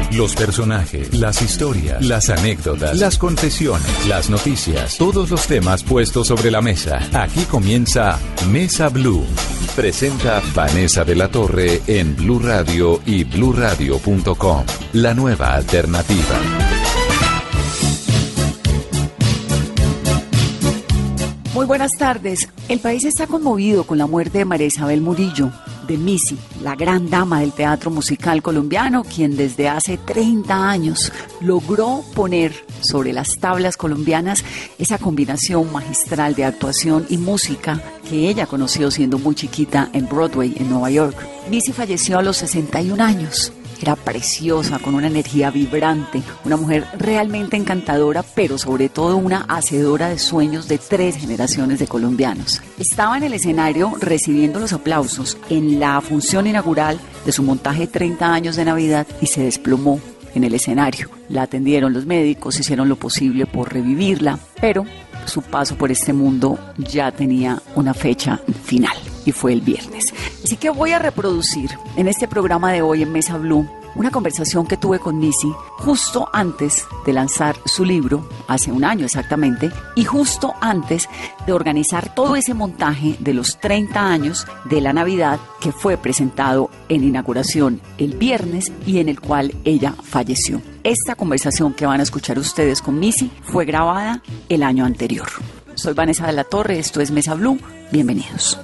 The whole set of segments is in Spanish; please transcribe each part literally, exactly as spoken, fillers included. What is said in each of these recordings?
Los personajes, las historias, las anécdotas, las confesiones, las noticias, todos los temas puestos sobre la mesa. Aquí comienza Mesa Blue. Presenta Vanessa de la Torre en Blue Radio y blue radio punto com. La nueva alternativa. Muy buenas tardes. El país está conmovido con la muerte de María Isabel Murillo, de Missy, la gran dama del teatro musical colombiano, quien desde hace treinta años logró poner sobre las tablas colombianas esa combinación magistral de actuación y música que ella conoció siendo muy chiquita en Broadway, en Nueva York. Missy falleció a los sesenta y un años. Era preciosa, con una energía vibrante, una mujer realmente encantadora, pero sobre todo una hacedora de sueños de tres generaciones de colombianos. Estaba en el escenario recibiendo los aplausos en la función inaugural de su montaje treinta años de Navidad y se desplomó en el escenario. La atendieron los médicos, hicieron lo posible por revivirla, pero su paso por este mundo ya tenía una fecha final y fue el viernes. Así que voy a reproducir en este programa de hoy en Mesa Blue una conversación que tuve con Missy justo antes de lanzar su libro, hace un año exactamente, y justo antes de organizar todo ese montaje de los treinta años de la Navidad que fue presentado en inauguración el viernes y en el cual ella falleció. Esta conversación que van a escuchar ustedes con Missy fue grabada el año anterior. Soy Vanessa de la Torre, esto es Mesa Blue, bienvenidos.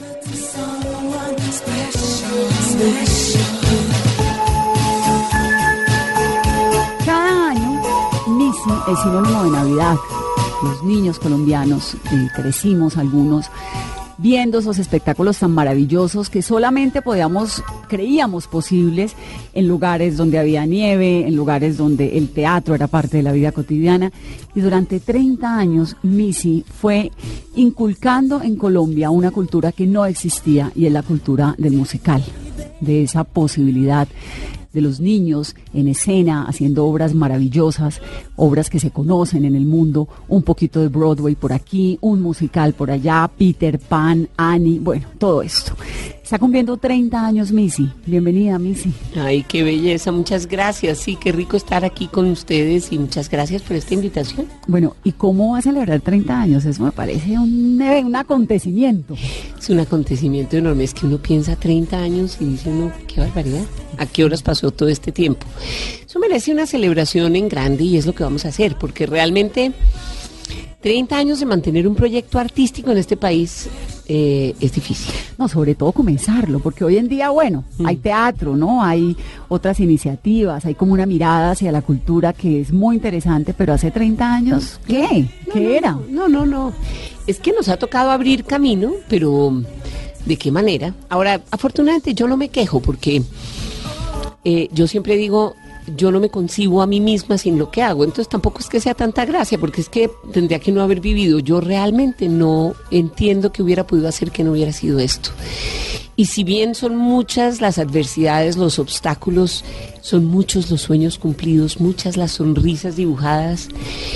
Cada año, Missy es sinónimo de Navidad. Los niños colombianos, eh, crecimos algunos viendo esos espectáculos tan maravillosos que solamente podíamos, creíamos posibles en lugares donde había nieve, en lugares donde el teatro era parte de la vida cotidiana. Y durante treinta años, Missy fue inculcando en Colombia una cultura que no existía, y es la cultura del musical, de esa posibilidad de los niños en escena haciendo obras maravillosas, obras que se conocen en el mundo, un poquito de Broadway por aquí, un musical por allá, Peter Pan, Annie, bueno, todo esto. Está cumpliendo treinta años Missy. Bienvenida, Missy. Ay, qué belleza, muchas gracias. Sí, qué rico estar aquí con ustedes y muchas gracias por esta invitación. Bueno, ¿y cómo va a celebrar treinta años? Eso me parece un, un acontecimiento. Es un acontecimiento enorme, es que uno piensa treinta años y dice uno, qué barbaridad, ¿a qué horas pasó todo este tiempo? Eso merece una celebración en grande y es lo que vamos a hacer, porque realmente treinta años de mantener un proyecto artístico en este país eh, es difícil. No, sobre todo comenzarlo, porque hoy en día, bueno, mm. hay teatro, ¿no? Hay otras iniciativas, hay como una mirada hacia la cultura que es muy interesante, pero hace treinta años, ¿qué? No, ¿Qué no, era? No, no, no. Es que nos ha tocado abrir camino, pero ¿de qué manera? Ahora, afortunadamente yo no me quejo, porque eh, yo siempre digo, yo no me concibo a mí misma sin lo que hago, entonces tampoco es que sea tanta gracia, porque es que tendría que no haber vivido. Yo realmente no entiendo qué hubiera podido hacer que no hubiera sido esto. Y si bien son muchas las adversidades, los obstáculos, son muchos los sueños cumplidos, muchas las sonrisas dibujadas,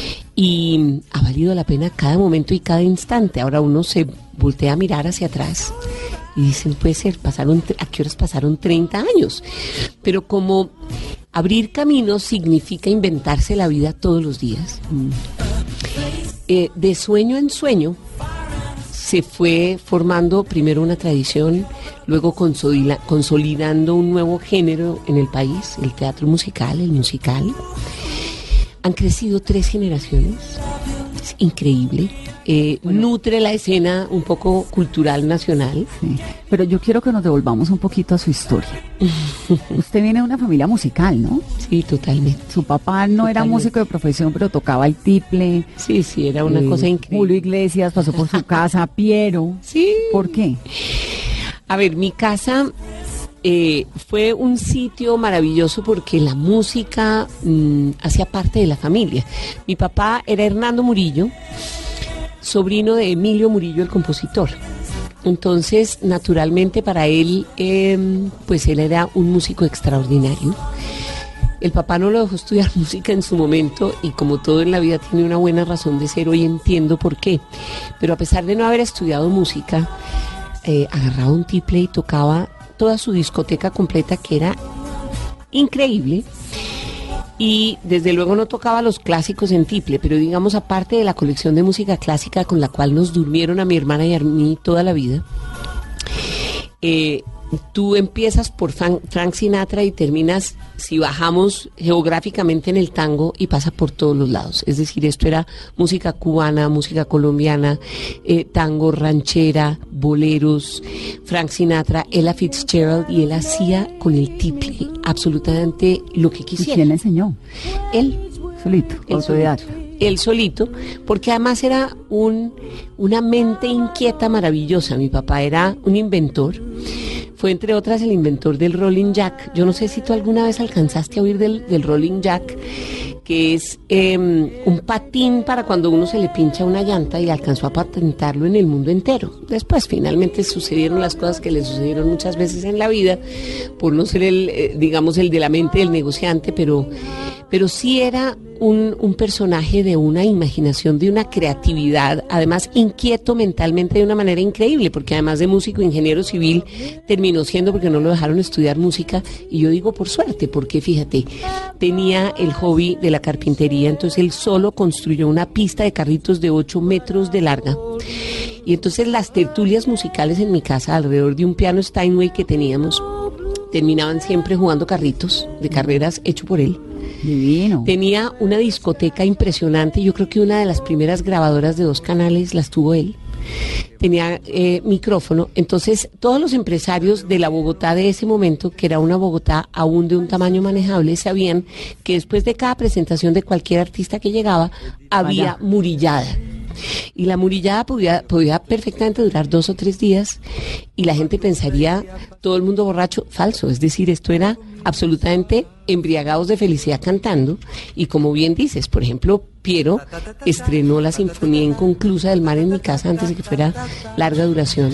y ha valido la pena cada momento y cada instante. Ahora uno se voltea a mirar hacia atrás y dicen, puede ser, pasaron, ¿a qué horas pasaron treinta años? Pero como abrir caminos significa inventarse la vida todos los días. Mm. Eh, de sueño en sueño se fue formando primero una tradición, luego consolida, consolidando un nuevo género en el país, el teatro musical, el musical. Han crecido tres generaciones, es increíble. Eh, bueno, nutre la escena un poco cultural nacional. Sí, pero yo quiero que nos devolvamos un poquito a su historia. Usted viene de una familia musical, ¿no? Sí, totalmente. Su papá no totalmente. Era músico de profesión, pero tocaba el tiple. Sí, sí, era una eh, cosa increíble. Julio Iglesias pasó por su casa, Piero. Sí. ¿Por qué? A ver, mi casa eh, fue un sitio maravilloso porque la música mmm, hacía parte de la familia. Mi papá era Hernando Murillo, sobrino de Emilio Murillo, el compositor. Entonces, naturalmente para él, eh, pues él era un músico extraordinario. El papá no lo dejó estudiar música en su momento y como todo en la vida tiene una buena razón de ser, hoy entiendo por qué. Pero a pesar de no haber estudiado música, eh, agarraba un tiple y tocaba toda su discoteca completa, que era increíble. Y desde luego no tocaba los clásicos en tiple, pero digamos, aparte de la colección de música clásica con la cual nos durmieron a mi hermana y a mí toda la vida, eh, tú empiezas por Frank, Frank Sinatra y terminas, si bajamos geográficamente, en el tango y pasa por todos los lados. Es decir, esto era música cubana, música colombiana, eh, tango, ranchera, boleros, Frank Sinatra, Ella Fitzgerald, y él hacía con el tiple absolutamente lo que quisiera. ¿Y quién le enseñó? Él. Solito, Él autodidacta. solito. Él solito, porque además era un, una mente inquieta maravillosa. Mi papá era un inventor. Fue, entre otras, el inventor del Rolling Jack. Yo no sé si tú alguna vez alcanzaste a oír del, del Rolling Jack, que es eh, un patín para cuando uno se le pincha una llanta, y alcanzó a patentarlo en el mundo entero. Después, finalmente, sucedieron las cosas que le sucedieron muchas veces en la vida, por no ser el, eh, digamos, el de la mente del negociante, pero, pero sí era un, un personaje de una imaginación, de una creatividad, además inquieto mentalmente de una manera increíble, porque además de músico, ingeniero civil, terminó siendo, porque no lo dejaron estudiar música, y yo digo por suerte, porque fíjate, tenía el hobby de la carpintería, entonces él solo construyó una pista de carritos de ocho metros de larga, y entonces las tertulias musicales en mi casa, alrededor de un piano Steinway que teníamos, terminaban siempre jugando carritos de carreras hecho por él. Divino. Tenía una discoteca impresionante, yo creo que una de las primeras grabadoras de dos canales las tuvo él. Tenía eh, micrófono, entonces todos los empresarios de la Bogotá de ese momento, que era una Bogotá aún de un tamaño manejable, sabían que después de cada presentación de cualquier artista que llegaba, había murillada. Y la murillada podía, podía perfectamente durar dos o tres días, y la gente pensaría, todo el mundo borracho. Falso, es decir, esto era absolutamente embriagados de felicidad cantando. Y como bien dices, por ejemplo, Piero estrenó la Sinfonía Inconclusa del Mar en mi casa antes de que fuera larga duración.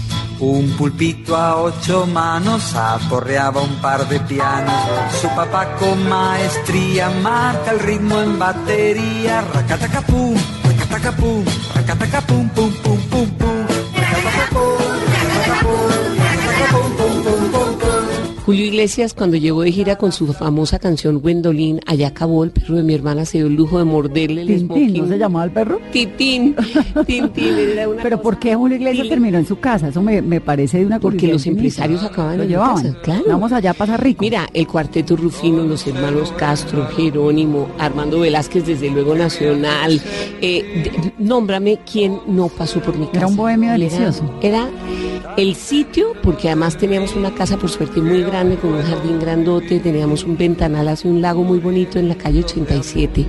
Un pulpito a ocho manos aporreaba un par de pianos. Su papá con maestría marca el ritmo en batería. Racatacapum, racatacapum, racatacapum, pum, pum, pum, pum. Racatacapum, racatacapum, racatacapum, pum, pum, pum, pum. Julio Iglesias, cuando llegó de gira con su famosa canción Gwendolyn, allá acabó. El perro de mi hermana se dio el lujo de morderle el ¿Tintín? smoking. ¿No se llamaba el perro? Titín, Tintín, era una Pero cosa. ¿por qué Julio Iglesias Y- terminó en su casa? Eso me, me parece de una Porque curiosidad los infinita. empresarios acaban Lo en la llevaban. casa, claro. Vamos allá a pasar rico. Mira, el Cuarteto Rufino, los hermanos Castro, Jerónimo, Armando Velázquez, desde luego Nacional. Eh, d- nómbrame quién no pasó por mi casa. Era un bohemio Y era- delicioso. Era el sitio, porque además teníamos una casa, por suerte, muy grande, con un jardín grandote, teníamos un ventanal hacia un lago muy bonito en la calle ochenta y siete.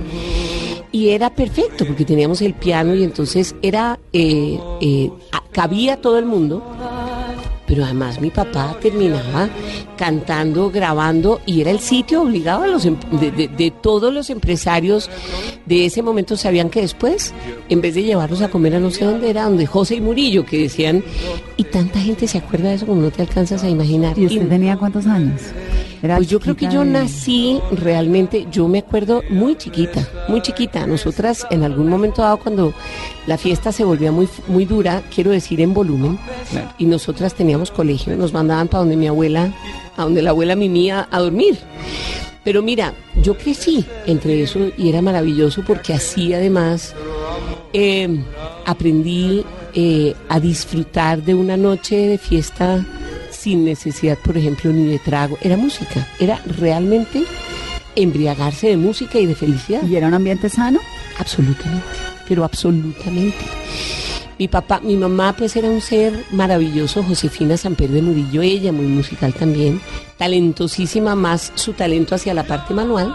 Y era perfecto, porque teníamos el piano, y entonces era eh, eh, a- cabía todo el mundo. Pero además mi papá terminaba cantando, grabando, y era el sitio obligado a los em- de, de- de todos los empresarios de ese momento. Sabían que después, en vez de llevarlos a comer a no sé dónde era, donde José y Murillo, que decían, y tanta gente se acuerda de eso como no te alcanzas a imaginar. ¿Y usted Y- tenía cuántos años? Era pues yo creo que chiquita yo de- nací realmente, yo me acuerdo muy chiquita, muy chiquita. Nosotras en algún momento dado, cuando la fiesta se volvía muy muy dura, quiero decir en volumen, Claro. y nosotras teníamos colegio, nos mandaban para donde mi abuela, a donde la abuela mimía a dormir. Pero mira, yo crecí entre eso y era maravilloso, porque así además eh, aprendí eh, a disfrutar de una noche de fiesta sin necesidad, por ejemplo, ni de trago. Era música, era realmente embriagarse de música y de felicidad. ¿Y era un ambiente sano? Absolutamente, pero absolutamente. Mi papá, mi mamá pues era un ser maravilloso, Josefina Samper de Murillo, ella muy musical también, talentosísima, más su talento hacia la parte manual,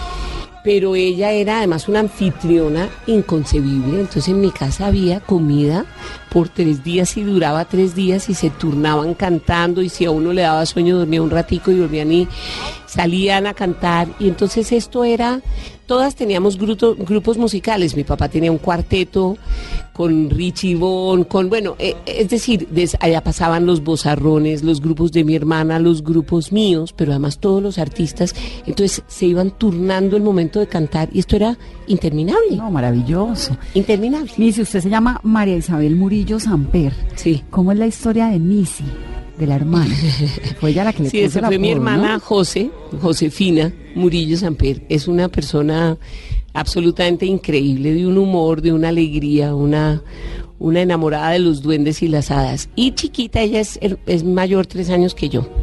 pero ella era además una anfitriona inconcebible. Entonces en mi casa había comida por tres días, y duraba tres días, y se turnaban cantando, y si a uno le daba sueño dormía un ratico y volvían y salían a cantar. Y entonces esto era, todas teníamos grupo- grupos musicales. Mi papá tenía un cuarteto con Richie Bon, con, bueno, eh, es decir, des- allá pasaban los bozarrones, los grupos de mi hermana, los grupos míos, pero además todos los artistas. Entonces se iban turnando el momento de cantar, y esto era interminable, No, maravilloso. interminable. Missy, usted se llama María Isabel Murillo Samper. Sí. ¿Cómo es la historia de Missy? de la hermana. Fue ella la que le sí, puso esa el fue mi apodo, hermana ¿no? José, Josefina Murillo Samper. Es una persona absolutamente increíble, de un humor, de una alegría, una, una enamorada de los duendes y las hadas. Y chiquita, ella es, es mayor tres años que yo.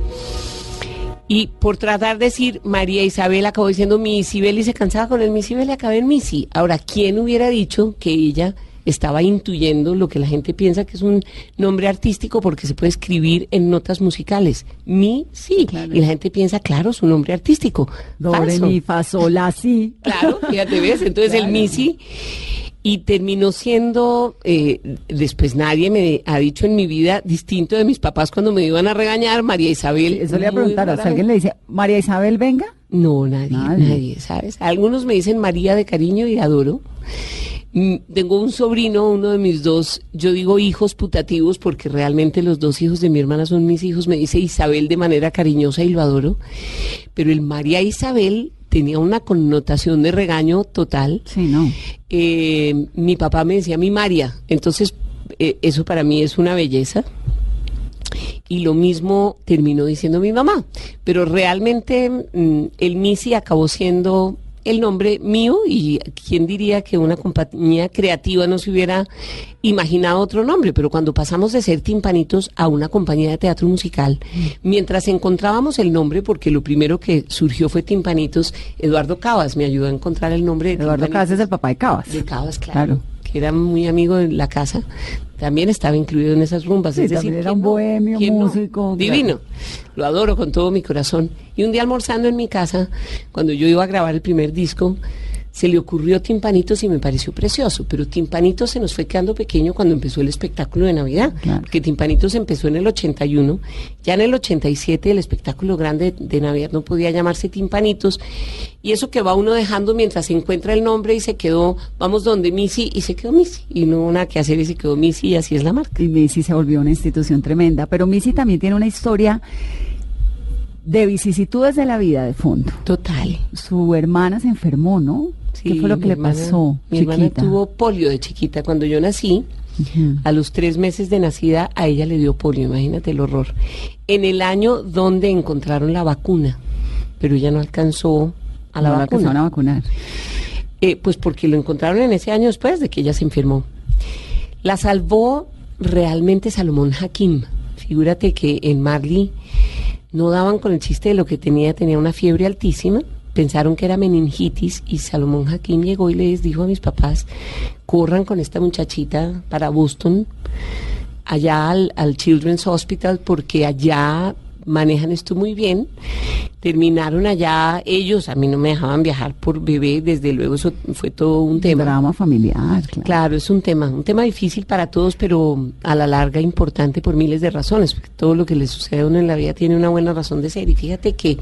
Y por tratar de decir María Isabel, acabó diciendo Misibel y se cansaba con el Misibel y acabé en Misi. Ahora, ¿quién hubiera dicho que ella estaba intuyendo lo que la gente piensa que es un nombre artístico porque se puede escribir en notas musicales? Mi, sí. Claro. Y la gente piensa, claro, es un nombre artístico. Do, re, mi, fa, sol, la, si. Claro, fíjate, ves. Entonces claro. El Misi. Y terminó siendo, eh, después nadie me ha dicho en mi vida, distinto de mis papás cuando me iban a regañar, María Isabel. Eso le iba a preguntar, o sea, ¿alguien le dice, María Isabel, venga? No, nadie, nadie, nadie, ¿sabes? Algunos me dicen María de cariño y adoro. Mm, tengo un sobrino, uno de mis dos, yo digo hijos putativos porque realmente los dos hijos de mi hermana son mis hijos, me dice Isabel de manera cariñosa y lo adoro. Pero el María Isabel tenía una connotación de regaño total. Sí, ¿no? Eh, mi papá me decía mi María, entonces eh, eso para mí es una belleza. Y lo mismo terminó diciendo mi mamá. Pero realmente mm, el Misi acabó siendo el nombre mío y quién diría que una compañía creativa no se hubiera imaginado otro nombre, pero cuando pasamos de ser Timpanitos a una compañía de teatro musical, mm. mientras encontrábamos el nombre, porque lo primero que surgió fue Timpanitos, Eduardo Cabas me ayudó a encontrar el nombre de Eduardo Cabas es el papá de Cabas. De Cabas, claro, claro. Que era muy amigo de la casa, también estaba incluido en esas rumbas. Sí, es decir, también era un bohemio, músico. No? Divino, claro. Lo adoro con todo mi corazón. Y un día almorzando en mi casa, cuando yo iba a grabar el primer disco, se le ocurrió Timpanitos y me pareció precioso, pero Timpanitos se nos fue quedando pequeño cuando empezó el espectáculo de Navidad, claro. Porque Timpanitos empezó en el ochenta y uno, ya en el ochenta y siete el espectáculo grande de, de Navidad no podía llamarse Timpanitos, y eso que va uno dejando mientras se encuentra el nombre y se quedó, vamos donde Misi, y se quedó Misi, y no hubo nada que hacer y se quedó Misi y así es la marca. Y Misi se volvió una institución tremenda, pero Misi también tiene una historia de vicisitudes de la vida de fondo. Total. Su hermana se enfermó, ¿no? Sí, ¿qué fue lo que le hermana, pasó? Mi chiquita? hermana tuvo polio de chiquita. Cuando yo nací, uh-huh. a los tres meses de nacida, a ella le dio polio, imagínate el horror. En el año donde encontraron la vacuna, pero ella no alcanzó a la no vacuna. No alcanzaron a vacunar. Eh, pues porque lo encontraron en ese año después de que ella se enfermó. La salvó realmente Salomón Hakim. Figúrate que en Marley no daban con el chiste de lo que tenía, tenía una fiebre altísima, pensaron que era meningitis y Salomón Hakim llegó y les dijo a mis papás, corran con esta muchachita para Boston, allá al, al Children's Hospital, porque allá manejan esto muy bien. Terminaron allá ellos, a mí no me dejaban viajar por bebé, desde luego eso fue todo un tema. Drama familiar, claro. Claro, es un tema, un tema difícil para todos, pero a la larga importante por miles de razones, porque todo lo que le sucede a uno en la vida tiene una buena razón de ser. Y fíjate que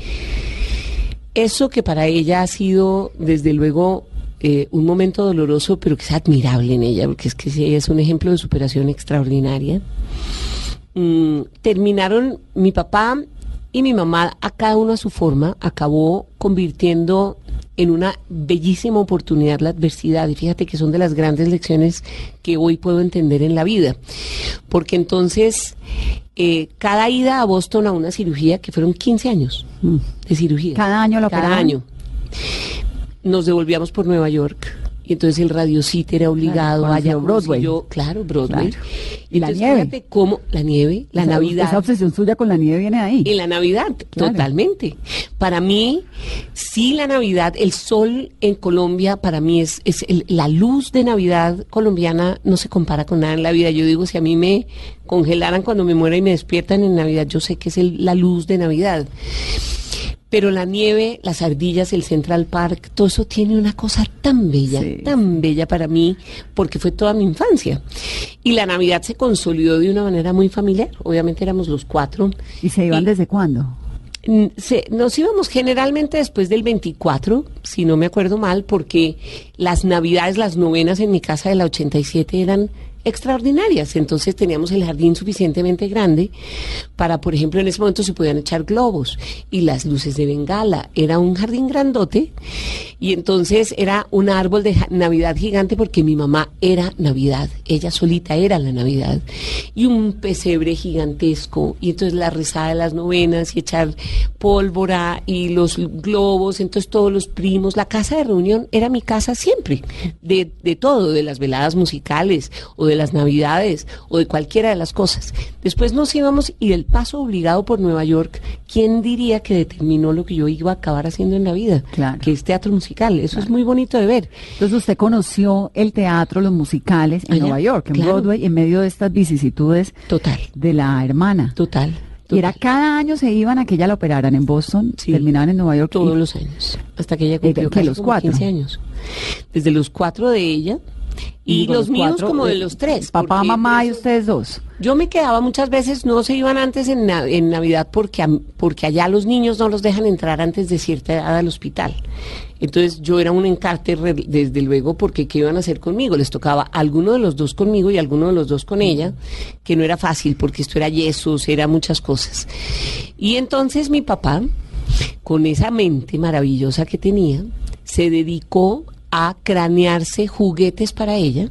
eso que para ella ha sido, desde luego, eh, un momento doloroso, pero que es admirable en ella, porque es que ella es un ejemplo de superación extraordinaria. Mm, terminaron mi papá y mi mamá, a cada uno a su forma, acabó convirtiendo en una bellísima oportunidad la adversidad. Y fíjate que son de las grandes lecciones que hoy puedo entender en la vida. Porque entonces, eh, cada ida a Boston a una cirugía, que fueron quince años de cirugía. Cada año lo Cada operaban. año. Nos devolvíamos por Nueva York. Y entonces el Radio City era obligado claro, a allá Broadway. Yo, claro, Broadway. Claro. Y entonces, la nieve. Fíjate cómo, la nieve, la esa, Navidad. Esa obsesión suya con la nieve viene de ahí. En la Navidad, claro. Totalmente. Para mí, sí, la Navidad, el sol en Colombia, para mí es, es el, la luz de Navidad colombiana no se compara con nada en la vida. Yo digo, si a mí me congelaran cuando me muera y me despiertan en Navidad, yo sé que es el, la luz de Navidad. Pero la nieve, las ardillas, el Central Park, todo eso tiene una cosa tan bella, sí. tan bella para mí, porque fue toda mi infancia. Y la Navidad se consolidó de una manera muy familiar. Obviamente éramos los cuatro. ¿Y se iban y, desde cuándo? Se, nos íbamos generalmente después del veinticuatro, si no me acuerdo mal, porque las Navidades, las novenas en mi casa de la ochenta y siete eran extraordinarias. Entonces teníamos el jardín suficientemente grande para, por ejemplo, en ese momento se podían echar globos y las luces de bengala. Era un jardín grandote y entonces era un árbol de Navidad gigante porque mi mamá era Navidad, ella solita era la Navidad, y un pesebre gigantesco, y entonces la rezada de las novenas y echar pólvora y los globos, entonces todos los primos, la casa de reunión era mi casa siempre, de, de todo, de las veladas musicales o de las navidades o de cualquiera de las cosas. Después nos íbamos y el paso obligado por Nueva York, ¿quién diría que determinó lo que yo iba a acabar haciendo en la vida? Claro. Que es teatro musical, eso claro. es muy bonito de ver. Entonces usted conoció el teatro, los musicales en Allá, Nueva York, en claro. Broadway, en medio de estas vicisitudes Total. de la hermana. Total. Y era cada año se iban a que ella la operaran en Boston, sí, terminaban en Nueva York. Todos y, los años, hasta que ella cumplió eh, que los cuatro. quince años. Desde los cuatro de ella y, y los, los míos como de los tres. Papá, mamá y ustedes dos. Yo me quedaba muchas veces, no se iban antes en, en Navidad porque, porque allá los niños no los dejan entrar antes de cierta edad al hospital. Entonces yo era un encarte desde luego porque ¿qué iban a hacer conmigo? Les tocaba alguno de los dos conmigo y alguno de los dos con ella, que no era fácil porque esto era yesos, era muchas cosas. Y entonces mi papá, con esa mente maravillosa que tenía, se dedicó a cranearse juguetes para ella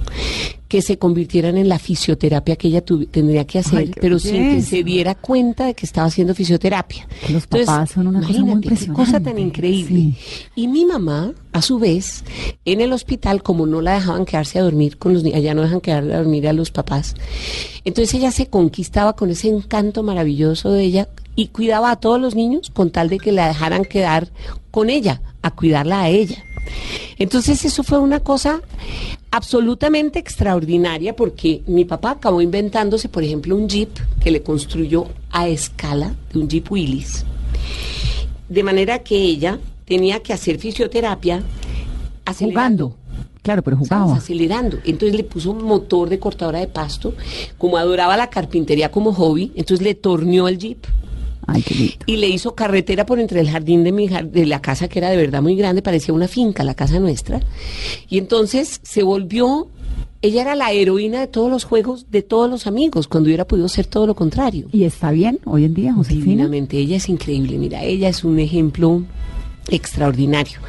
que se convirtieran en la fisioterapia que ella tendría que hacer, Ay, pero sin que se diera cuenta de que estaba haciendo fisioterapia. Los Entonces, papás son una cosa muy impresionante. Qué cosa tan increíble. Sí. Y mi mamá, a su vez, en el hospital, como no la dejaban quedarse a dormir con los niños, allá no dejan quedar a dormir a los papás, entonces ella se conquistaba con ese encanto maravilloso de ella y cuidaba a todos los niños con tal de que la dejaran quedar con ella, a cuidarla a ella. Entonces eso fue una cosa absolutamente extraordinaria porque mi papá acabó inventándose, por ejemplo, un jeep que le construyó a escala de un Jeep Willys, de manera que ella tenía que hacer fisioterapia acelerando. Jugando. Claro, pero jugaba. ¿Sabes? Acelerando. Entonces le puso un motor de cortadora de pasto, como adoraba la carpintería como hobby, entonces le torneó el jeep. Ay, qué lindo. Y le hizo carretera por entre el jardín de, mi, de la casa, que era de verdad muy grande, parecía una finca, la casa nuestra. Y entonces se volvió, ella era la heroína de todos los juegos de todos los amigos, cuando hubiera podido ser todo lo contrario. ¿Y está bien hoy en día, Josefina? Divinamente, ella es increíble, mira, ella es un ejemplo extraordinario.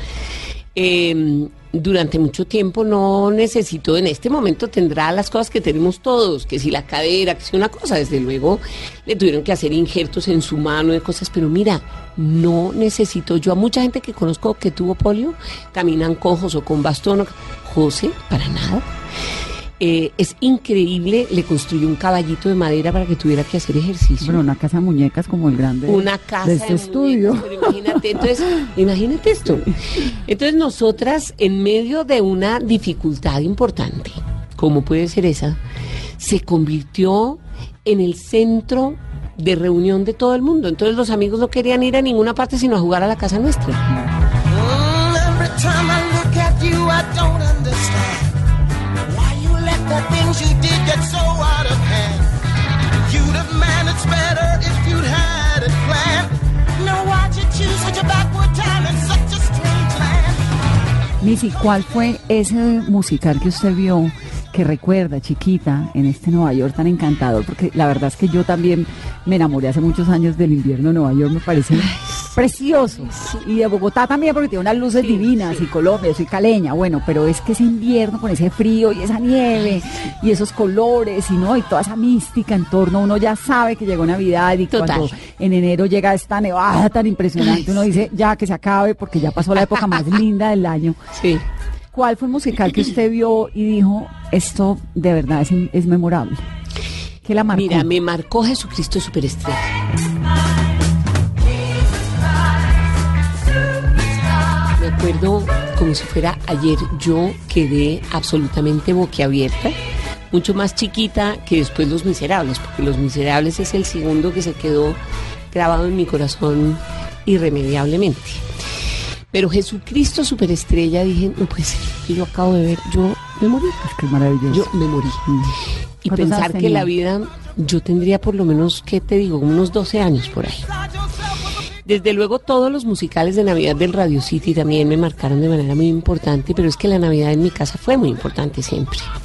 Eh, durante mucho tiempo no necesitó, en este momento tendrá las cosas que tenemos todos, que si la cadera, que si una cosa, desde luego le tuvieron que hacer injertos en su mano de cosas, pero mira, no necesitó. Yo a mucha gente que conozco que tuvo polio, caminan cojos o con bastón, o, José, para nada. Eh, es increíble, le construyó un caballito de madera para que tuviera que hacer ejercicio. Bueno, una casa de muñecas como el grande una casa de este de estudio. Muñecas, pero imagínate, entonces, imagínate esto. Entonces nosotras, en medio de una dificultad importante, como puede ser esa, se convirtió en el centro de reunión de todo el mundo. Entonces los amigos no querían ir a ninguna parte sino a jugar a la casa nuestra. Mm, every time I look at you, I don't understand. The things you did get so out of hand. You'd have managed better if you'd had it planned. No, why'd you choose such a backward time in such a strange land? Missy, ¿cuál fue ese musical que usted vio, que recuerda, chiquita, en este Nueva York tan encantador? Porque la verdad es que yo también me enamoré hace muchos años del invierno de Nueva York, me parece Ay, precioso. Sí. Y de Bogotá también, porque tiene unas luces sí, divinas, sí. Y Colombia, soy caleña, bueno, pero es que ese invierno con ese frío y esa nieve sí. Y esos colores y no y toda esa mística en torno, uno ya sabe que llegó Navidad y Total. Cuando en enero llega esta nevada tan impresionante, Ay, uno sí. dice ya que se acabe porque ya pasó la época más linda del año. Sí. ¿Cuál fue el musical que usted vio y dijo, esto de verdad es, es memorable? ¿Qué la marcó? Mira, me marcó Jesucristo Superestrella. Me acuerdo como si fuera ayer, yo quedé absolutamente boquiabierta, mucho más chiquita que después Los Miserables, porque Los Miserables es el segundo que se quedó grabado en mi corazón irremediablemente. Pero Jesucristo Superestrella, dije, no puede ser, que yo acabo de ver, yo me morí. Es que es maravilloso. Yo me morí. Mm. Y pensar que la vida, yo tendría por lo menos, ¿qué te digo? Unos doce años por ahí. Desde luego todos los musicales de Navidad del Radio City también me marcaron de manera muy importante, pero es que la Navidad en mi casa fue muy importante siempre.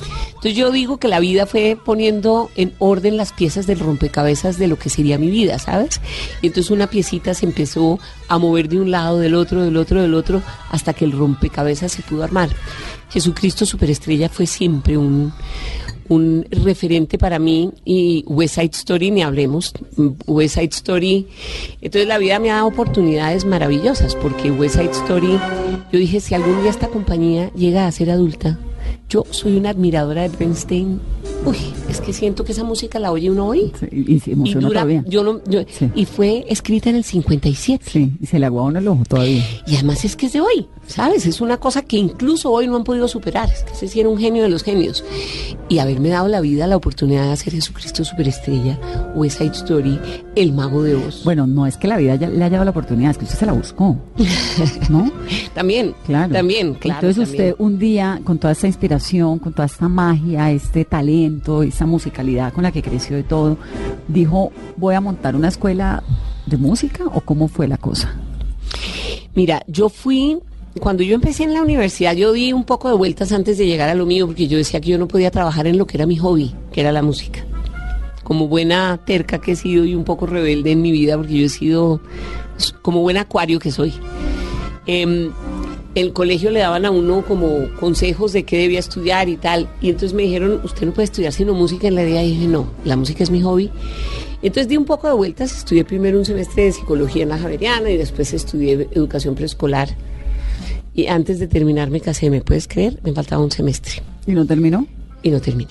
Entonces yo digo que la vida fue poniendo en orden las piezas del rompecabezas de lo que sería mi vida, ¿sabes? Y entonces una piecita se empezó a mover de un lado, del otro, del otro, del otro, hasta que el rompecabezas se pudo armar. Jesucristo Superestrella fue siempre un, un referente para mí, y West Side Story ni hablemos. West Side Story, entonces la vida me ha dado oportunidades maravillosas, porque West Side Story, yo dije, si algún día esta compañía llega a ser adulta, yo soy una admiradora de Bernstein. Uy, es que siento que esa música la oye uno hoy. Sí, y se emociona y dura, todavía. Yo no, yo, Sí. Y fue escrita en el cincuenta y siete. Sí, y se le agua uno el ojo todavía. Y además es que es de hoy, ¿sabes? Es una cosa que incluso hoy no han podido superar. Es que ese sí era un genio de los genios. Y haberme dado la vida, la oportunidad de hacer Jesucristo Superestrella, West Side Story, El Mago de Oz. Bueno, no es que la vida ya le haya dado la oportunidad, es que usted se la buscó, ¿no? También, Claro. también, claro. Entonces también. usted un día, con toda esta inspiración, con toda esta magia, este talento, esa musicalidad con la que creció y todo, dijo, voy a montar una escuela de música, ¿o cómo fue la cosa? Mira, yo fui, cuando yo empecé en la universidad, yo di un poco de vueltas antes de llegar a lo mío, porque yo decía que yo no podía trabajar en lo que era mi hobby, que era la música. Como buena terca que he sido y un poco rebelde en mi vida, porque yo he sido como buen acuario que soy. Eh, el colegio le daban a uno como consejos de qué debía estudiar y tal, y entonces me dijeron, usted no puede estudiar sino música en la vida, y dije, no, la música es mi hobby. Entonces di un poco de vueltas, estudié primero un semestre de psicología en la Javeriana y después estudié educación preescolar, y antes de terminar me casé, ¿me puedes creer? Me faltaba un semestre ¿Y no terminó? y no terminé.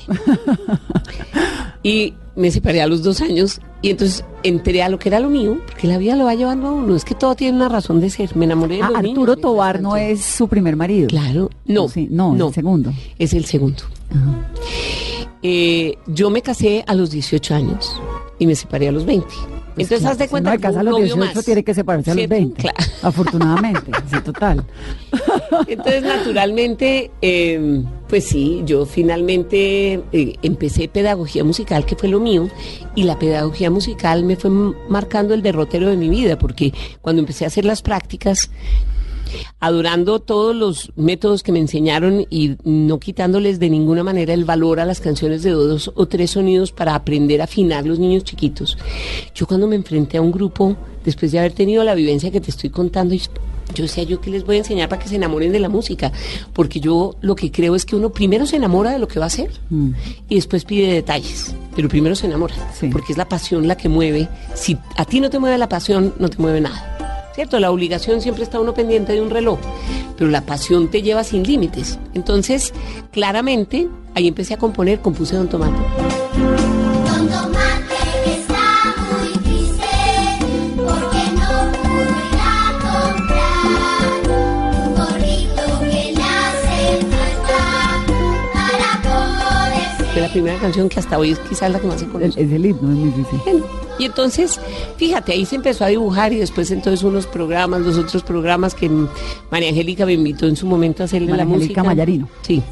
Y me separé a los dos años y entonces entré a lo que era lo mío, porque la vida lo va llevando a uno, es que todo tiene una razón de ser. Me enamoré de Ah, los Arturo niños, Tobar mientras no tanto. es su primer marido. Claro, no, Sí, no, no, el segundo. es el segundo. Ajá. Eh, yo me casé a los dieciocho años y me separé a los veinte. Pues Entonces, claro, haz de si cuenta uno se que casa a un los novio dieciocho, más. tiene que separarse a los ¿Cierto? veinte. Claro. Afortunadamente, sí, total. Entonces, naturalmente, eh, pues sí, yo finalmente eh, empecé pedagogía musical, que fue lo mío, y la pedagogía musical me fue m- marcando el derrotero de mi vida, porque cuando empecé a hacer las prácticas, adorando todos los métodos que me enseñaron y no quitándoles de ninguna manera el valor a las canciones de dos o tres sonidos para aprender a afinar los niños chiquitos. Yo cuando me enfrenté a un grupo, después de haber tenido la vivencia que te estoy contando, yo decía, ¿yo qué les voy a enseñar para que se enamoren de la música? Porque yo lo que creo es que uno primero se enamora de lo que va a hacer Mm. y después pide detalles, pero primero se enamora, Sí. porque es la pasión la que mueve. Si a ti no te mueve la pasión, no te mueve nada. ¿Cierto? La obligación siempre está uno pendiente de un reloj, pero la pasión te lleva sin límites. Entonces, claramente, ahí empecé a componer, compuse Don Tomate. Don Tomate está muy triste porque no pudo ir a comprar un gorrito que le hace falta para poder Fue la ser. primera canción que hasta hoy es quizás la que más se Es, conoce. es el himno, es muy difícil. Y entonces, fíjate, ahí se empezó a dibujar y después entonces unos programas, los otros programas que mm, María Angélica me invitó en su momento a hacerle María la Angélica música. Mayarino. Sí.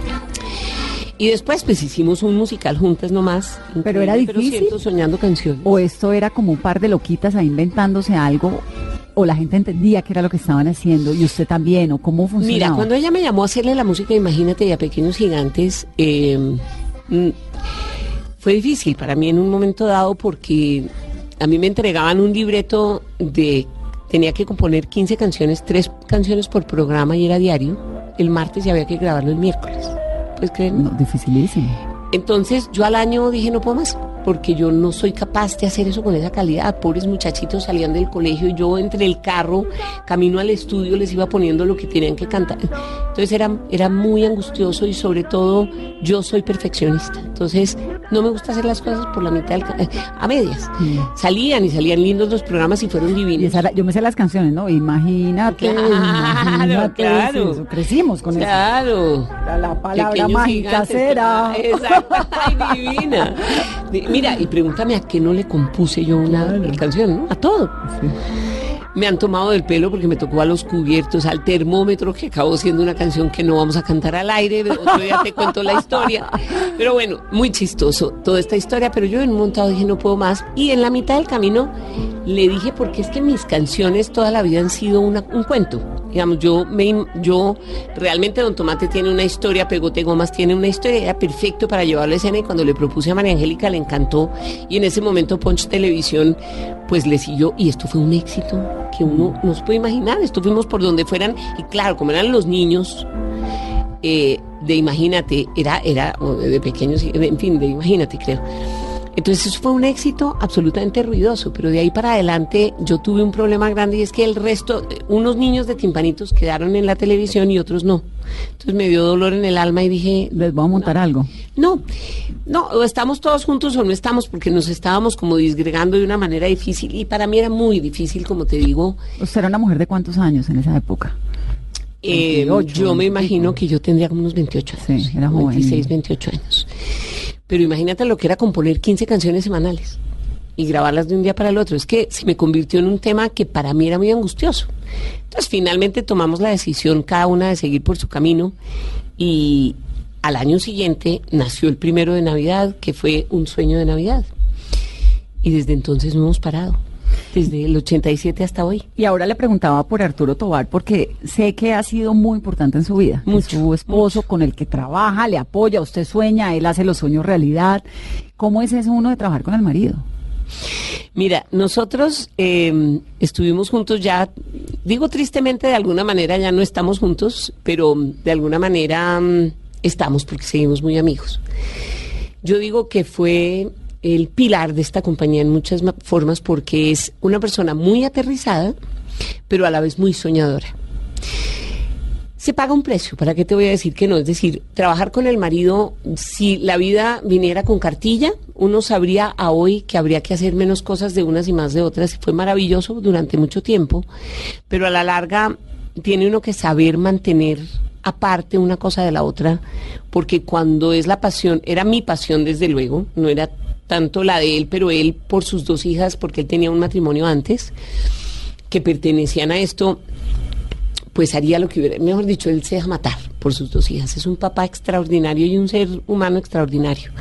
Y después pues hicimos un musical juntas nomás. Pero era increíble, difícil. cierto, soñando canciones. ¿O esto era como un par de loquitas ahí inventándose algo? ¿O la gente entendía qué era lo que estaban haciendo? ¿Y usted también? ¿O cómo funcionaba? Mira, cuando ella me llamó a hacerle la música, imagínate, y a Pequeños Gigantes, eh, mm, fue difícil para mí en un momento dado porque a mí me entregaban un libreto de, tenía que componer quince canciones, tres canciones por programa y era diario, el martes y había que grabarlo el miércoles. ¿Puedes creer? No, dificilísimo. Entonces yo al año dije no puedo más, porque yo no soy capaz de hacer eso con esa calidad. Pobres muchachitos salían del colegio y yo entre el carro, camino al estudio, les iba poniendo lo que tenían que cantar. Entonces era, era muy angustioso y sobre todo yo soy perfeccionista. Entonces no me gusta hacer las cosas por la mitad, del ca- a medias. Mm. Salían y salían lindos los programas y fueron Y divinos. esa era- yo me sé las canciones, ¿no? Imagínate, Claro, imagínate. claro. Eso, crecimos con eso. Claro. La, la palabra Pequeños mágica gigantes, será. Exacto, ay, divina. Di- Mira, y pregúntame a qué no le compuse yo una Claro. canción, ¿no? A todo. Sí. Me han tomado del pelo porque me tocó a Los Cubiertos, al Termómetro, que acabó siendo una canción que no vamos a cantar al aire. Otro día te cuento la historia. Pero bueno, muy chistoso toda esta historia. Pero yo en un montado dije, no puedo más. Y en la mitad del camino Le dije porque es que mis canciones toda la vida han sido una, un cuento. Digamos, yo me, yo realmente Don Tomate tiene una historia, Pegote Gomas tiene una historia, era perfecto para llevarlo a escena, y cuando le propuse a María Angélica le encantó, y en ese momento Punch Televisión pues le siguió, y esto fue un éxito que uno no se puede imaginar. Esto fuimos por donde fueran, y claro, como eran los niños, eh, de imagínate, era, era de pequeños, en fin, de imagínate creo. Entonces eso fue un éxito absolutamente ruidoso, pero de ahí para adelante yo tuve un problema grande, y es que el resto, unos niños de timpanitos quedaron en la televisión y otros no. Entonces me dio dolor en el alma y dije... ¿Les voy a montar no, algo? No, no, o estamos todos juntos o no estamos, porque nos estábamos como disgregando de una manera difícil, y para mí era muy difícil, como te digo. ¿Usted era una mujer de cuántos años en esa época? Eh, veintiocho, yo me veintiocho. imagino que yo tendría como unos veintiocho años. Sí, era joven. veintiséis, veintiocho años. Pero imagínate lo que era componer quince canciones semanales y grabarlas de un día para el otro. Es que se me convirtió en un tema que para mí era muy angustioso. Entonces finalmente tomamos la decisión cada una de seguir por su camino, y al año siguiente nació el primero de Navidad, que fue Un Sueño de Navidad. Y desde entonces no hemos parado. Desde el ochenta y siete hasta hoy. Y ahora le preguntaba por Arturo Tovar, porque sé que ha sido muy importante en su vida. Mucho, Es su esposo, con el que trabaja, le apoya, usted sueña, él hace los sueños realidad. ¿Cómo es eso uno de trabajar con el marido? Mira, nosotros eh, estuvimos juntos ya, digo tristemente, de alguna manera ya no estamos juntos, pero de alguna manera um, estamos porque seguimos muy amigos. Yo digo que fue el pilar de esta compañía en muchas ma- formas, porque es una persona muy aterrizada, pero a la vez muy soñadora. Se paga un precio, ¿para qué te voy a decir que no? Es decir, trabajar con el marido, si la vida viniera con cartilla, uno sabría a hoy que habría que hacer menos cosas de unas y más de otras, y fue maravilloso durante mucho tiempo, pero a la larga tiene uno que saber mantener aparte una cosa de la otra, porque cuando es la pasión, era mi pasión desde luego, no era tanto la de él, pero él por sus dos hijas, porque él tenía un matrimonio antes, que pertenecían a esto, pues haría lo que hubiera, mejor dicho, él se deja matar por sus dos hijas. Es un papá extraordinario y un ser humano extraordinario.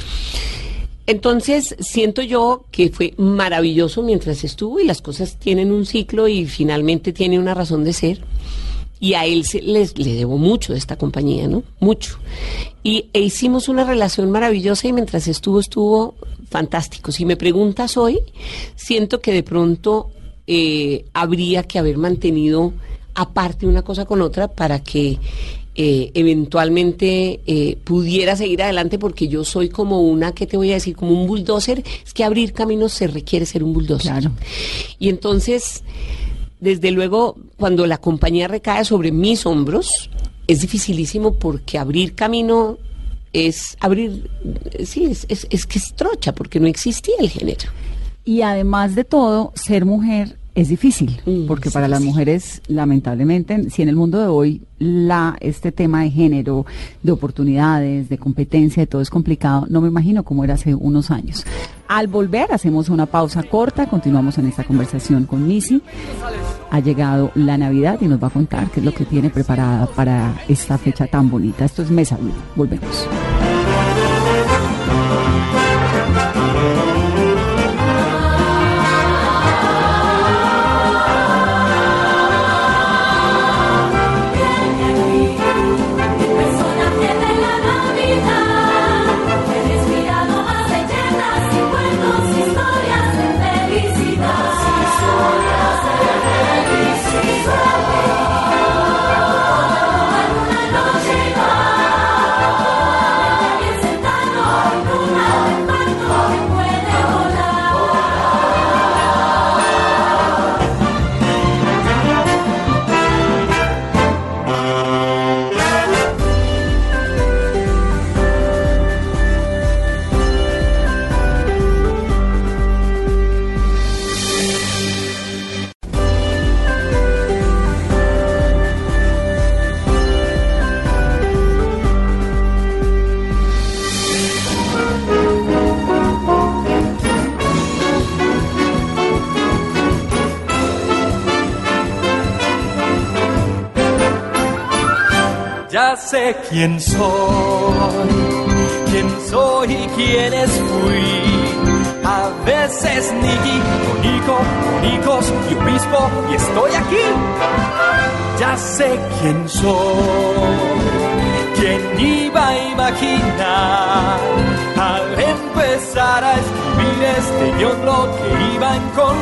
Entonces, siento yo que fue maravilloso mientras estuvo, y las cosas tienen un ciclo y finalmente tiene una razón de ser. Y a él se, les, le debo mucho de esta compañía, ¿no? Mucho. Y e hicimos una relación maravillosa, y mientras estuvo, estuvo fantástico. Si me preguntas hoy, siento que de pronto eh, habría que haber mantenido aparte una cosa con otra para que eh, eventualmente eh, pudiera seguir adelante, porque yo soy como una, ¿qué te voy a decir? Como un bulldozer. Es que abrir caminos se requiere ser un bulldozer. Claro. Y entonces, desde luego, cuando la compañía recae sobre mis hombros, es dificilísimo, porque abrir camino es abrir, sí, es, es, es que es trocha, porque no existía el género. Y además de todo, ser mujer es difícil, Mm, porque sí, para las sí. mujeres, lamentablemente, si en el mundo de hoy la este tema de género, de oportunidades, de competencia, de todo es complicado, no me imagino cómo era hace unos años. Al volver, hacemos una pausa corta, continuamos en esta conversación con Missy. Ha llegado la Navidad y nos va a contar qué es lo que tiene preparada para esta fecha tan bonita. Esto es Mesa Blue. Volvemos. Personaje de la Navidad, he respirado más leyendas y cuentos, historias de felicidad. Historias de felicidad. Alguna noche va, bien sentado en una de parto que puede volar. Ya sé quién soy, quién soy y quiénes fui. A veces Niki, Nico, Nicos y Obispo, y estoy aquí. Ya sé quién soy. ¿Quién iba a imaginar al empezar a escribir este guión lo que iba a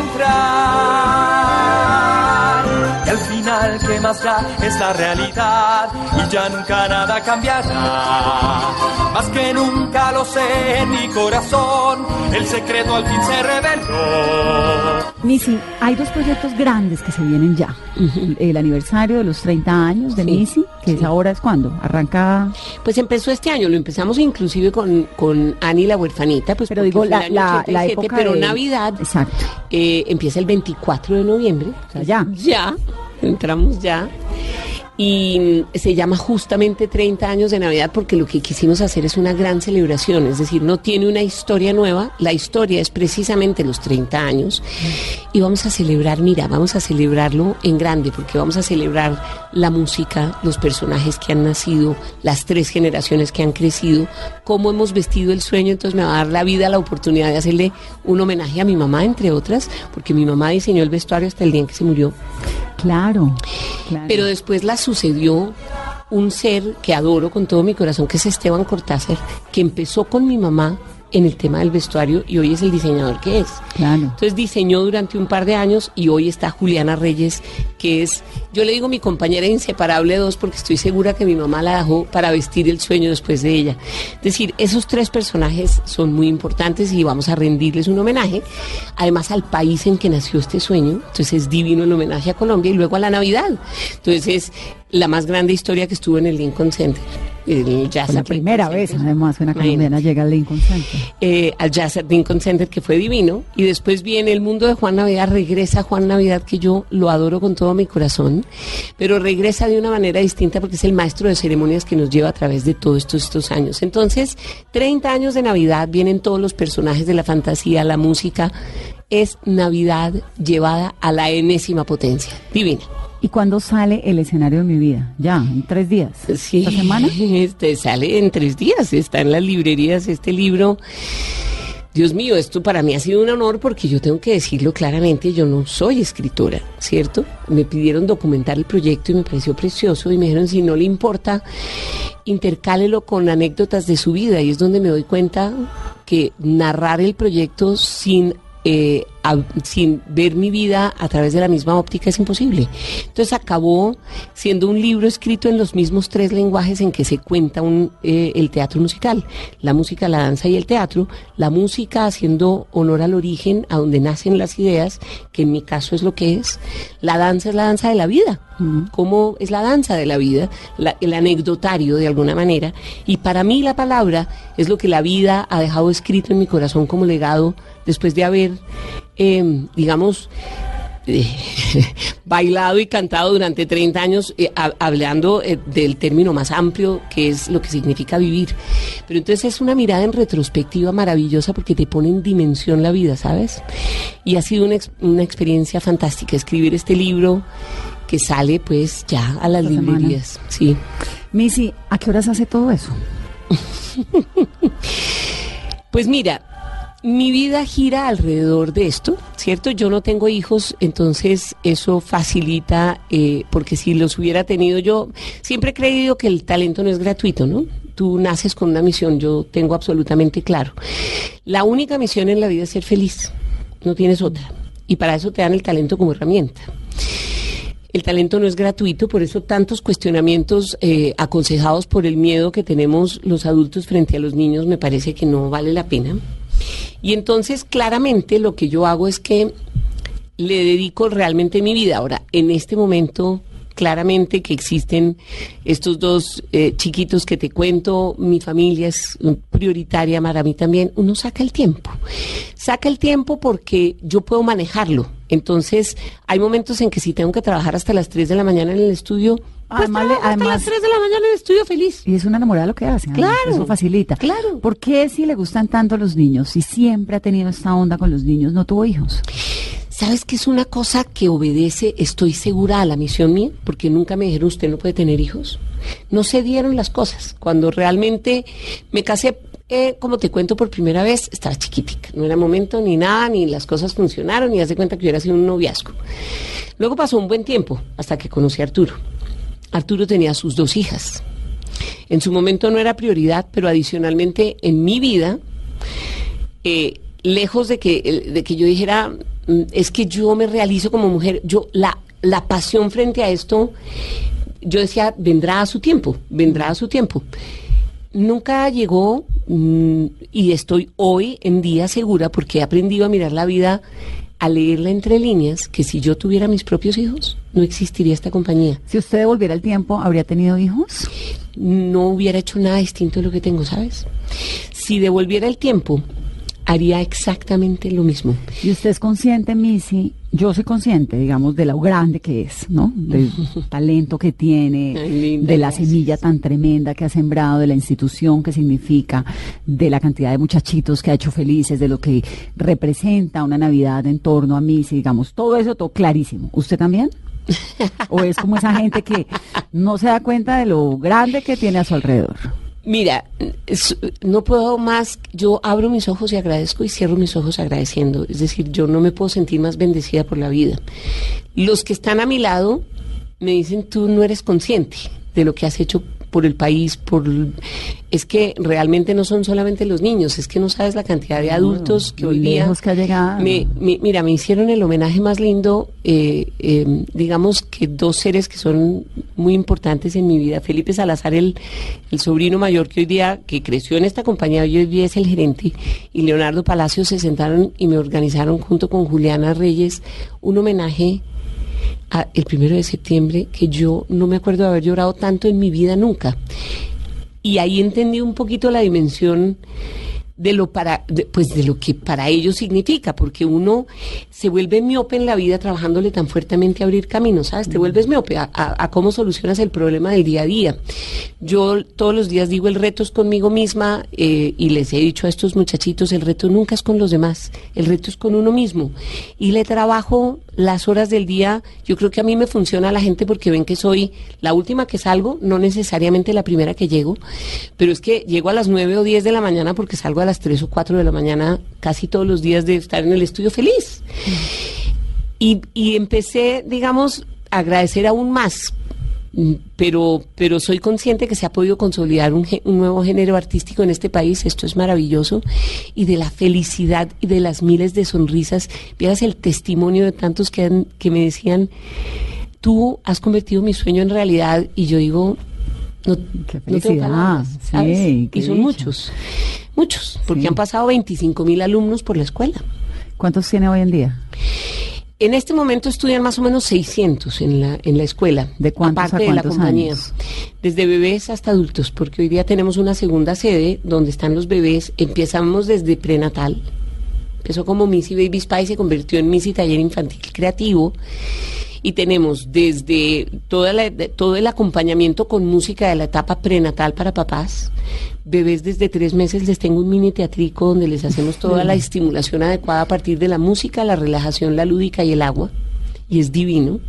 encontrar? Y al final, ¿qué más da? Es la realidad y ya nunca nada cambiará. Más que nunca lo sé en mi corazón, el secreto al fin se reveló. Missy, hay dos proyectos grandes que se vienen ya. Uh-huh. El aniversario de los treinta años de sí, Missy, que sí. es ahora, ¿es cuándo? ¿Arranca? Pues empezó este año, lo empezamos inclusive con, con Ani la huerfanita, pues pero digo, la, la, la época pero de... Navidad Exacto. Eh, empieza el veinticuatro de noviembre. O sea, ya. Ya, entramos ya. Y se llama justamente treinta años de Navidad porque lo que quisimos hacer es una gran celebración, es decir, no tiene una historia nueva, la historia es precisamente los treinta años y vamos a celebrar, mira, vamos a celebrarlo en grande porque vamos a celebrar la música, los personajes que han nacido, las tres generaciones que han crecido, cómo hemos vestido el sueño, entonces me va a dar la vida la oportunidad de hacerle un homenaje a mi mamá, entre otras, porque mi mamá diseñó el vestuario hasta el día en que se murió. Claro, claro. Pero después la sucedió un ser que adoro con todo mi corazón, que es Esteban Cortázar, que empezó con mi mamá en el tema del vestuario y hoy es el diseñador que es. Claro. Entonces diseñó durante un par de años y hoy está Juliana Reyes, que es, yo le digo mi compañera inseparable dos porque estoy segura que mi mamá la dejó para vestir el sueño después de ella. Es decir, esos tres personajes son muy importantes y vamos a rendirles un homenaje, además al país en que nació este sueño, entonces es divino el homenaje a Colombia y luego a la Navidad. Entonces es la más grande historia que estuvo en el Lincoln Center. El jazz Fue la primera vez, además, una colombiana llega al Lincoln Center. Eh, al Jazz at Lincoln Center, que fue divino, y después viene el mundo de Juan Navidad, regresa Juan Navidad, que yo lo adoro con todo mi corazón, pero regresa de una manera distinta porque es el maestro de ceremonias que nos lleva a través de todos estos, estos años. Entonces, treinta años de Navidad, vienen todos los personajes de la fantasía, la música, es Navidad llevada a la enésima potencia, divina. ¿Y cuándo sale El escenario de mi vida? Ya, en tres días. Sí, ¿esta semana? Este, sale en tres días, está en las librerías este libro. Dios mío, esto para mí ha sido un honor porque yo tengo que decirlo claramente, yo no soy escritora, ¿cierto? Me pidieron documentar el proyecto y me pareció precioso y me dijeron, si no le importa, intercálelo con anécdotas de su vida, y es donde me doy cuenta que narrar el proyecto sin... Eh, a, sin ver mi vida a través de la misma óptica es imposible. Entonces acabó siendo un libro escrito en los mismos tres lenguajes en que se cuenta un, eh, el teatro musical, la música, la danza y el teatro. La música haciendo honor al origen, a donde nacen las ideas, que en mi caso es lo que es. La danza es la danza de la vida. ¿Cómo es la danza de la vida? La, el anecdotario de alguna manera. Y para mí la palabra es lo que la vida ha dejado escrito en mi corazón como legado después de haber, eh, digamos, eh, bailado y cantado durante treinta años, eh, a, hablando eh, del término más amplio que es lo que significa vivir. Pero entonces es una mirada en retrospectiva maravillosa porque te pone en dimensión la vida, ¿sabes? Y ha sido una, ex, una experiencia fantástica escribir este libro que sale pues ya a las Esta librerías. Semana. Sí. Missy, ¿a qué horas hace todo eso? Pues mira, mi vida gira alrededor de esto, ¿cierto? Yo no tengo hijos, entonces eso facilita, eh, porque si los hubiera tenido yo, siempre he creído que el talento no es gratuito, ¿no? Tú naces con una misión, yo tengo absolutamente claro. La única misión en la vida es ser feliz, no tienes otra. Y para eso te dan el talento como herramienta. El talento no es gratuito, por eso tantos cuestionamientos eh, aconsejados por el miedo que tenemos los adultos frente a los niños me parece que no vale la pena. Y entonces claramente lo que yo hago es que le dedico realmente mi vida. Ahora, en este momento, claramente que existen estos dos eh, chiquitos que te cuento, mi familia es prioritaria para mí también. Uno saca el tiempo, saca el tiempo porque yo puedo manejarlo. Entonces, hay momentos en que si tengo que trabajar hasta las tres de la mañana en el estudio, pues además, le, además, hasta las tres de la mañana en el estudio feliz. Y es una enamorada lo que hace. Claro. Eso facilita. Claro. ¿Por qué si le gustan tanto los niños, si siempre ha tenido esta onda con los niños, no tuvo hijos? ¿Sabes qué es una cosa que obedece, estoy segura, a la misión mía? Porque nunca me dijeron, usted no puede tener hijos. No se dieron las cosas. Cuando realmente me casé, eh, como te cuento por primera vez, estaba chiquitica. No era momento ni nada, ni las cosas funcionaron, ni haz de cuenta que hubiera sido un noviazgo. Luego pasó un buen tiempo hasta que conocí a Arturo. Arturo tenía sus dos hijas. En su momento no era prioridad, pero adicionalmente en mi vida, eh, lejos de que, de que yo dijera, es que yo me realizo como mujer, yo la, la pasión frente a esto, yo decía, vendrá a su tiempo, vendrá a su tiempo. Nunca llegó mmm, y estoy hoy en día segura, porque he aprendido a mirar la vida, a leerla entre líneas, que si yo tuviera mis propios hijos, no existiría esta compañía. Si usted devolviera el tiempo, ¿habría tenido hijos? No hubiera hecho nada distinto de lo que tengo, ¿sabes? Si devolviera el tiempo, haría exactamente lo mismo. ¿Y usted es consciente, Missy? Yo soy consciente, digamos, de lo grande que es, ¿no? Del talento que tiene, ay, linda, de la gracias. semilla tan tremenda que ha sembrado, de la institución que significa, de la cantidad de muchachitos que ha hecho felices, de lo que representa una Navidad en torno a Missy, digamos, todo eso, todo clarísimo. ¿Usted también? ¿O es como esa gente que no se da cuenta de lo grande que tiene a su alrededor? Mira, es, no puedo más, yo abro mis ojos y agradezco y cierro mis ojos agradeciendo, es decir, yo no me puedo sentir más bendecida por la vida. Los que están a mi lado me dicen, tú no eres consciente de lo que has hecho por el país, por es que realmente no son solamente los niños, es que no sabes la cantidad de adultos que lo hoy día lejos que ha llegado. Me, me, mira, me hicieron el homenaje más lindo, eh, eh, digamos que dos seres que son muy importantes en mi vida, Felipe Salazar, el, el sobrino mayor que hoy día, que creció en esta compañía, hoy día es el gerente, y Leonardo Palacios se sentaron y me organizaron junto con Juliana Reyes un homenaje a el primero de septiembre, que yo no me acuerdo de haber llorado tanto en mi vida nunca. Y ahí entendí un poquito la dimensión de lo para de, pues de lo que para ellos significa, porque uno se vuelve miope en la vida trabajándole tan fuertemente a abrir caminos, ¿sabes? Te vuelves miope a, a, a cómo solucionas el problema del día a día. Yo todos los días digo, el reto es conmigo misma, eh, y les he dicho a estos muchachitos, el reto nunca es con los demás, el reto es con uno mismo. Y le trabajo las horas del día. Yo creo que a mí me funciona la gente porque ven que soy la última que salgo, no necesariamente la primera que llego, pero es que llego a las nueve o diez de la mañana porque salgo a las tres o cuatro de la mañana casi todos los días de estar en el estudio feliz. Mm. Y, y empecé, digamos, a agradecer aún más, pero pero soy consciente que se ha podido consolidar un, un nuevo género artístico en este país. Esto es maravilloso, y de la felicidad y de las miles de sonrisas. Vieras el testimonio de tantos que, han, que me decían, tú has convertido mi sueño en realidad, y yo digo, no, qué no tengo palabras, ¿sabes? Sí, y son dicha. muchos, muchos, porque sí. han pasado veinticinco mil alumnos por la escuela. ¿Cuántos tiene hoy en día? En este momento estudian más o menos seiscientos en la en la escuela. ¿De cuántos aparte a cuántos de la compañía. años? Desde bebés hasta adultos, porque hoy día tenemos una segunda sede donde están los bebés. Empezamos desde prenatal. Empezó como Missy Baby Spy, se convirtió en Missy Taller Infantil Creativo. Y tenemos desde toda la, de, todo el acompañamiento con música de la etapa prenatal para papás. Bebés desde tres meses les tengo un mini teatrico donde les hacemos toda la estimulación adecuada a partir de la música, la relajación, la lúdica y el agua. Y es divino.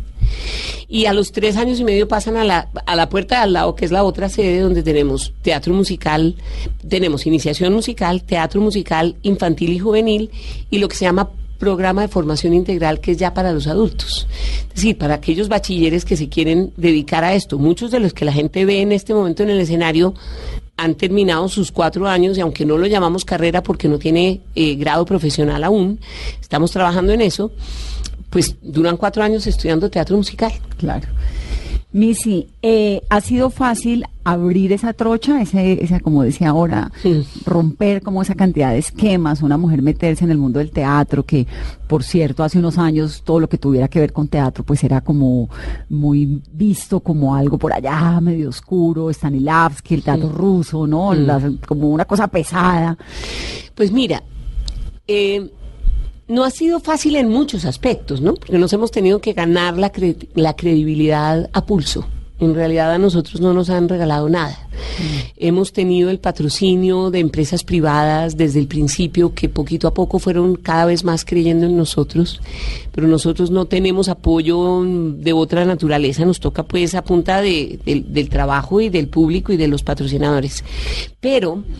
Y a los tres años y medio pasan a la, a la puerta de al lado, que es la otra sede, donde tenemos teatro musical, tenemos iniciación musical, teatro musical infantil y juvenil, y lo que se llama programa de formación integral, que es ya para los adultos. Es decir, para aquellos bachilleres que se quieren dedicar a esto. Muchos de los que la gente ve en este momento en el escenario han terminado sus cuatro años, y aunque no lo llamamos carrera porque no tiene eh, grado profesional aún, estamos trabajando en eso, pues duran cuatro años estudiando teatro musical. Claro. Missy, eh, ¿ha sido fácil abrir esa trocha, ese, esa, como decía ahora, sí. romper como esa cantidad de esquemas, una mujer meterse en el mundo del teatro, que por cierto hace unos años todo lo que tuviera que ver con teatro pues era como muy visto como algo por allá medio oscuro, Stanislavski, el teatro sí. ruso, ¿no? Mm. La, como una cosa pesada. Pues mira, eh... no ha sido fácil en muchos aspectos, ¿no? Porque nos hemos tenido que ganar la, cre- la credibilidad a pulso. En realidad a nosotros no nos han regalado nada. Mm. Hemos tenido el patrocinio de empresas privadas desde el principio, que poquito a poco fueron cada vez más creyendo en nosotros, pero nosotros no tenemos apoyo de otra naturaleza. Nos toca pues a punta de, de, del trabajo y del público y de los patrocinadores. Pero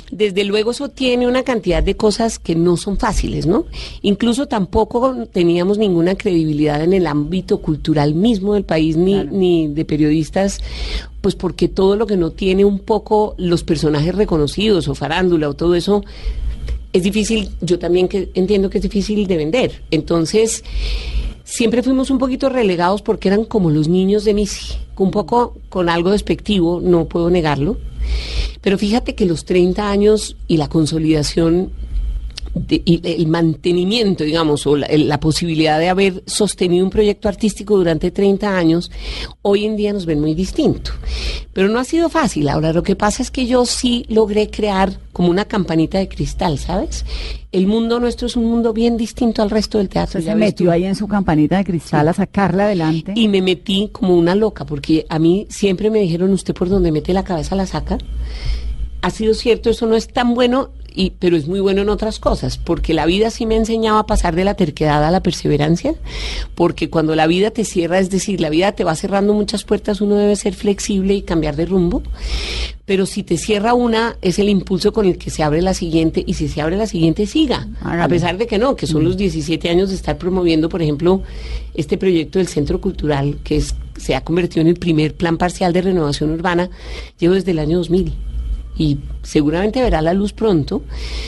Desde luego eso tiene una cantidad de cosas que no son fáciles, ¿no? Incluso tampoco teníamos ninguna credibilidad en el ámbito cultural mismo del país, ni, claro. ni de periodistas, pues porque todo lo que no tiene un poco los personajes reconocidos o farándula o todo eso, es difícil, yo también que entiendo que es difícil de vender. Entonces, siempre fuimos un poquito relegados porque eran como los niños de Missy, un poco con algo despectivo, no puedo negarlo. Pero fíjate que los treinta años y la consolidación de, y el mantenimiento, digamos, o la, la posibilidad de haber sostenido un proyecto artístico durante treinta años, hoy en día nos ven muy distinto. Pero no ha sido fácil. Ahora, lo que pasa es que yo sí logré crear como una campanita de cristal, ¿sabes? El mundo nuestro es un mundo bien distinto al resto del teatro. Se metió ahí en su campanita de cristal sí. a sacarla adelante. Y me metí como una loca, porque a mí siempre me dijeron, usted por donde mete la cabeza la saca. Ha sido cierto, eso no es tan bueno, y, pero es muy bueno en otras cosas, porque la vida sí me enseñaba a pasar de la terquedad a la perseverancia, porque cuando la vida te cierra, es decir, la vida te va cerrando muchas puertas, uno debe ser flexible y cambiar de rumbo, pero si te cierra una, es el impulso con el que se abre la siguiente, y si se abre la siguiente, siga, Hágale. a pesar de que no, que son los diecisiete años de estar promoviendo, por ejemplo, este proyecto del Centro Cultural, que es, se ha convertido en el primer plan parcial de renovación urbana, llevo desde el año dos mil. Y seguramente verá la luz pronto,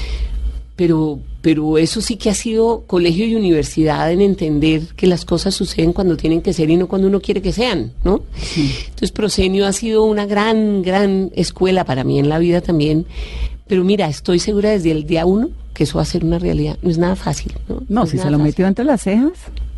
pero, pero eso sí que ha sido colegio y universidad en entender que las cosas suceden cuando tienen que ser y no cuando uno quiere que sean, ¿no? Sí. Entonces Proscenio ha sido una gran, gran escuela para mí en la vida también, pero mira, estoy segura desde el día uno que eso va a ser una realidad, no es nada fácil, ¿no? No, no si se lo metió entre las cejas.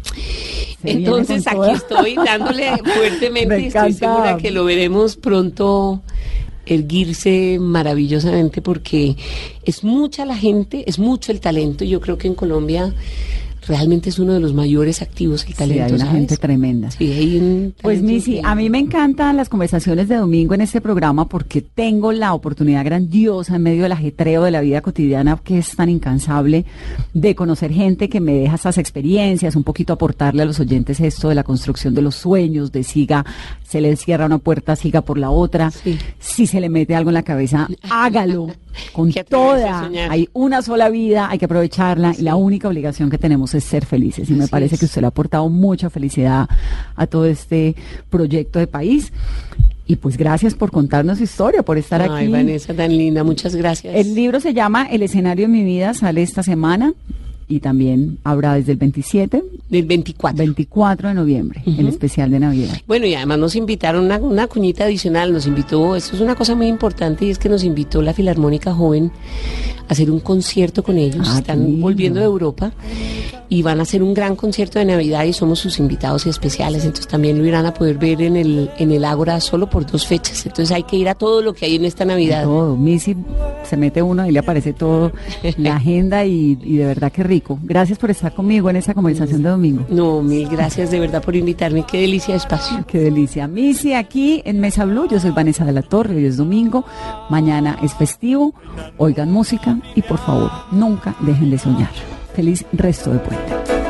Entonces aquí toda. estoy dándole fuertemente y estoy segura que lo veremos pronto erguirse maravillosamente, porque es mucha la gente, es mucho el talento, y yo creo que en Colombia realmente es uno de los mayores activos el talento. Sí, hay una ¿sabes? gente tremenda. Sí, hay un pues Missy, a mí me encantan las conversaciones de domingo en este programa porque tengo la oportunidad grandiosa en medio del ajetreo de la vida cotidiana que es tan incansable de conocer gente que me deja esas experiencias, un poquito aportarle a los oyentes esto de la construcción de los sueños, de siga, se le cierra una puerta, siga por la otra, sí. si se le mete algo en la cabeza, hágalo con toda, hay una sola vida, hay que aprovecharla sí. y la única obligación que tenemos es ser felices, y me Así parece es. que usted le ha aportado mucha felicidad a todo este proyecto de país. Y pues gracias por contarnos su historia, por estar Ay, aquí. Ay, Vanessa, tan linda, muchas gracias. El libro se llama El escenario de mi vida, sale esta semana y también habrá desde el veintisiete. Del veinticuatro. veinticuatro de noviembre, uh-huh. el especial de Navidad. Bueno, y además nos invitaron una, una cuñita adicional, nos invitó, esto es una cosa muy importante, y es que nos invitó la Filarmónica Joven a hacer un concierto con ellos. Ah, Están volviendo de Europa y van a hacer un gran concierto de Navidad y somos sus invitados especiales, entonces también lo irán a poder ver en el en el Ágora solo por dos fechas, entonces hay que ir a todo lo que hay en esta Navidad. Todo, Missy, se mete uno y le aparece todo, la agenda y, y de verdad que rico. Gracias por estar conmigo en esa conversación de domingo. No, mil gracias de verdad por invitarme, qué delicia de espacio. Qué delicia. Missy aquí en Mesa Blue, yo soy Vanessa de la Torre, hoy es domingo, mañana es festivo, oigan música y por favor, nunca dejen de soñar. Feliz resto de puente.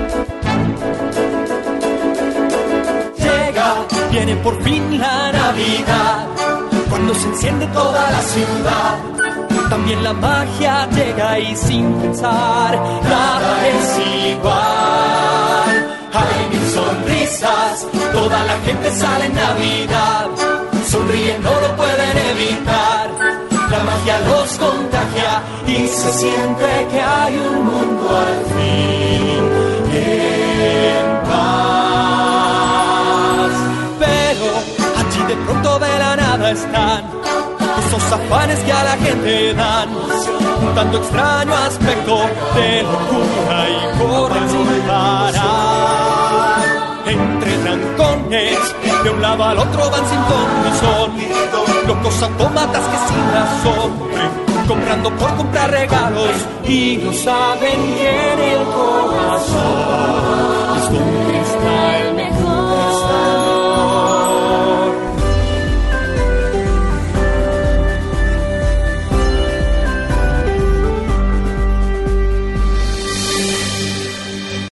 Llega, viene por fin la Navidad, cuando se enciende toda la ciudad. También la magia llega y sin pensar, nada es igual. Hay mil sonrisas, toda la gente sale en Navidad. Sonríen, no lo pueden evitar. La magia los contagia y se siente que hay un mundo al fin en paz. Pero allí de pronto de la nada están esos afanes que a la gente dan, un tanto extraño aspecto de locura y corren sin parar. Entre trancones, de un lado al otro van sin ton ni son, locos autómatas que sin razón, comprando por comprar regalos y no saben que en el corazón es un triste